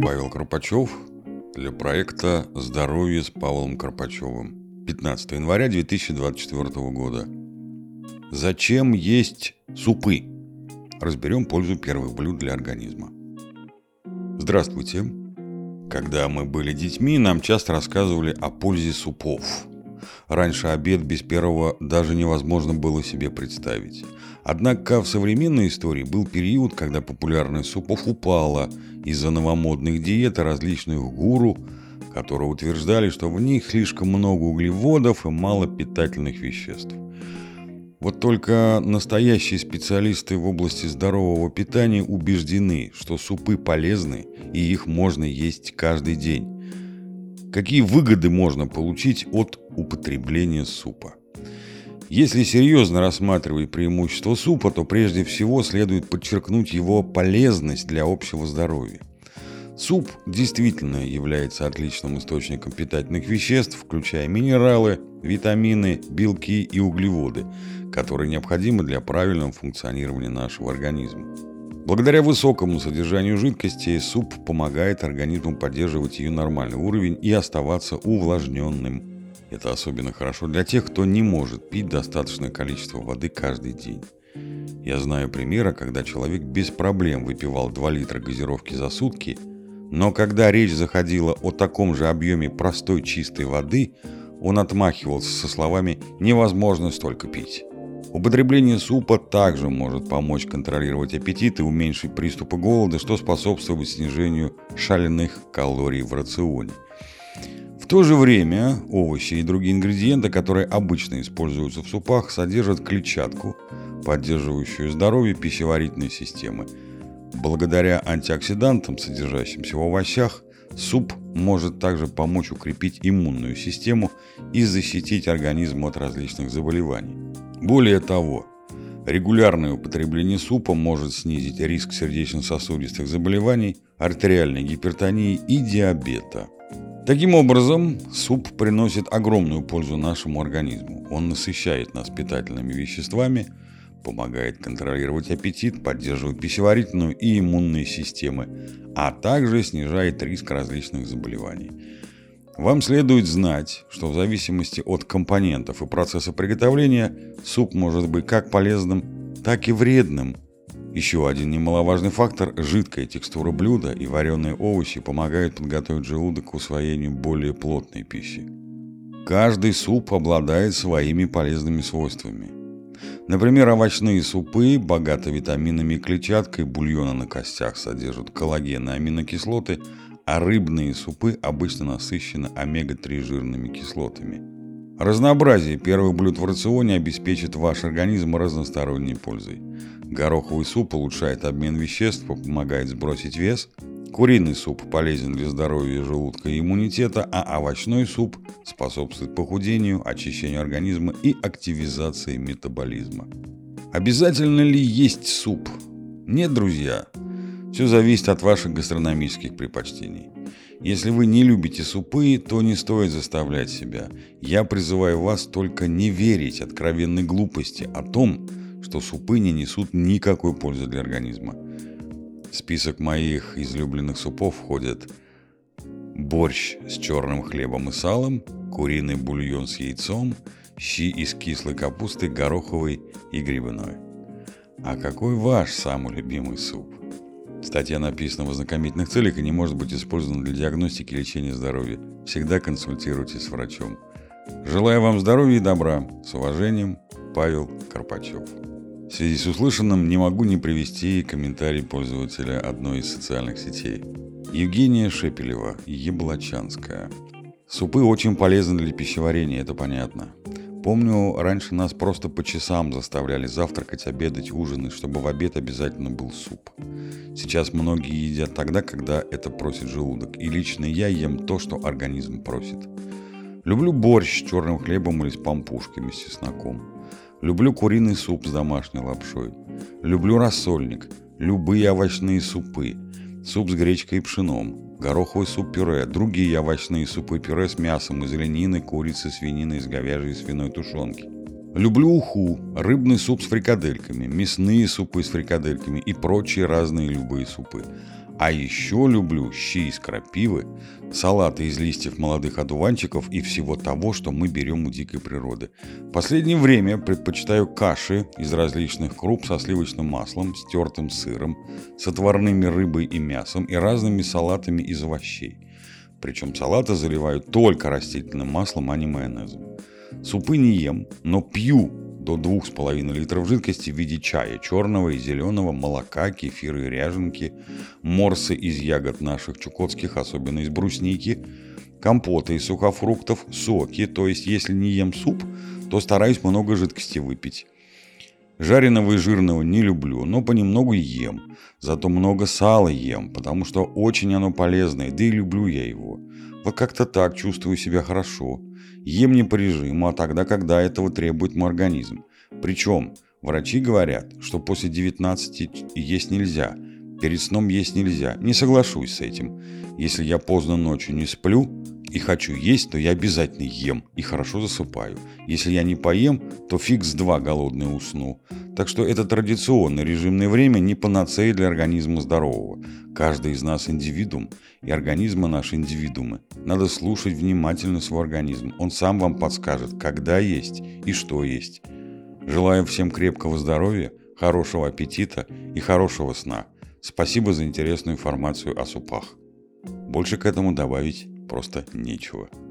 Павел Карпачев для проекта «Здоровье с Павлом Карпачевым». 15 января 2024 года. Зачем есть супы? Разберем пользу первых блюд для организма. Здравствуйте. Когда мы были детьми, нам часто рассказывали о пользе супов. Раньше обед без первого даже невозможно было себе представить. Однако в современной истории был период, когда популярность супов упала из-за новомодных диет и различных гуру, которые утверждали, что в них слишком много углеводов и мало питательных веществ. Вот только настоящие специалисты в области здорового питания убеждены, что супы полезны и их можно есть каждый день. Какие выгоды можно получить от употребления супа? Если серьезно рассматривать преимущества супа, то прежде всего следует подчеркнуть его полезность для общего здоровья. Суп действительно является отличным источником питательных веществ, включая минералы, витамины, белки и углеводы, которые необходимы для правильного функционирования нашего организма. Благодаря высокому содержанию жидкости суп помогает организму поддерживать ее нормальный уровень и оставаться увлажненным. Это особенно хорошо для тех, кто не может пить достаточное количество воды каждый день. Я знаю примеры, когда человек без проблем выпивал 2 литра газировки за сутки, но когда речь заходила о таком же объеме простой чистой воды, он отмахивался со словами «невозможно столько пить». Употребление супа также может помочь контролировать аппетит и уменьшить приступы голода, что способствует снижению шальных калорий в рационе. В то же время овощи и другие ингредиенты, которые обычно используются в супах, содержат клетчатку, поддерживающую здоровье пищеварительной системы. Благодаря антиоксидантам, содержащимся в овощах, суп может также помочь укрепить иммунную систему и защитить организм от различных заболеваний. Более того, регулярное употребление супа может снизить риск сердечно-сосудистых заболеваний, артериальной гипертонии и диабета. Таким образом, суп приносит огромную пользу нашему организму. Он насыщает нас питательными веществами, помогает контролировать аппетит, поддерживает пищеварительную и иммунные системы, а также снижает риск различных заболеваний. Вам следует знать, что в зависимости от компонентов и процесса приготовления суп может быть как полезным, так и вредным. Еще один немаловажный фактор – жидкая текстура блюда и вареные овощи помогают подготовить желудок к усвоению более плотной пищи. Каждый суп обладает своими полезными свойствами. Например, овощные супы богаты витаминами и клетчаткой, бульоны на костях содержат коллаген и аминокислоты, а рыбные супы обычно насыщены омега-3 жирными кислотами. Разнообразие первых блюд в рационе обеспечит ваш организм разносторонней пользой. Гороховый суп улучшает обмен веществ, помогает сбросить вес. Куриный суп полезен для здоровья желудка и иммунитета, а овощной суп способствует похудению, очищению организма и активизации метаболизма. Обязательно ли есть суп? Нет, друзья. Все зависит от ваших гастрономических предпочтений. Если вы не любите супы, то не стоит заставлять себя. Я призываю вас только не верить откровенной глупости о том, что супы не несут никакой пользы для организма. В список моих излюбленных супов входят борщ с черным хлебом и салом, куриный бульон с яйцом, щи из кислой капусты, гороховой и грибной. А какой ваш самый любимый суп? Статья написана в ознакомительных целях и не может быть использована для диагностики и лечения здоровья. Всегда консультируйтесь с врачом. Желаю вам здоровья и добра. С уважением, Павел Карпачев. В связи с услышанным не могу не привести комментарий пользователя одной из социальных сетей. Евгения Шепелева, Яблочанская. Супы очень полезны для пищеварения, это понятно. Помню, раньше нас просто по часам заставляли завтракать, обедать, ужинать, чтобы в обед обязательно был суп. Сейчас многие едят тогда, когда это просит желудок. И лично я ем то, что организм просит. Люблю борщ с черным хлебом или с пампушками, с чесноком. Люблю куриный суп с домашней лапшой. Люблю рассольник. Любые овощные супы. Суп с гречкой и пшеном. Гороховый суп-пюре. Другие овощные супы-пюре с мясом из оленины, курицы, свинины, из говяжьей и свиной тушенки. Люблю уху, рыбный суп с фрикадельками, мясные супы с фрикадельками и прочие разные любые супы. А еще люблю щи из крапивы, салаты из листьев молодых одуванчиков и всего того, что мы берем у дикой природы. В последнее время предпочитаю каши из различных круп со сливочным маслом, с тертым сыром, с отварными рыбой и мясом и разными салатами из овощей. Причем салаты заливаю только растительным маслом, а не майонезом. Супы не ем, но пью до 2,5 литров жидкости в виде чая, черного и зеленого, молока, кефира и ряженки, морсы из ягод наших чукотских, особенно из брусники, компоты из сухофруктов, соки, то есть если не ем суп, то стараюсь много жидкости выпить. Жареного и жирного не люблю, но понемногу ем. Зато много сала ем, потому что очень оно полезное, да и люблю я его. Вот как-то так чувствую себя хорошо. Ем не по режиму, а тогда, когда этого требует мой организм. Причем врачи говорят, что после 19 есть нельзя, перед сном есть нельзя. Не соглашусь с этим. Если я поздно ночью не сплю и хочу есть, то я обязательно ем и хорошо засыпаю. Если я не поем, то фиг с два голодный усну. Так что это традиционное режимное время не панацея для организма здорового. Каждый из нас индивидуум, и организмы наши индивидуумы. Надо слушать внимательно свой организм. Он сам вам подскажет, когда есть и что есть. Желаю всем крепкого здоровья, хорошего аппетита и хорошего сна. Спасибо за интересную информацию о супах. Больше к этому добавить просто нечего.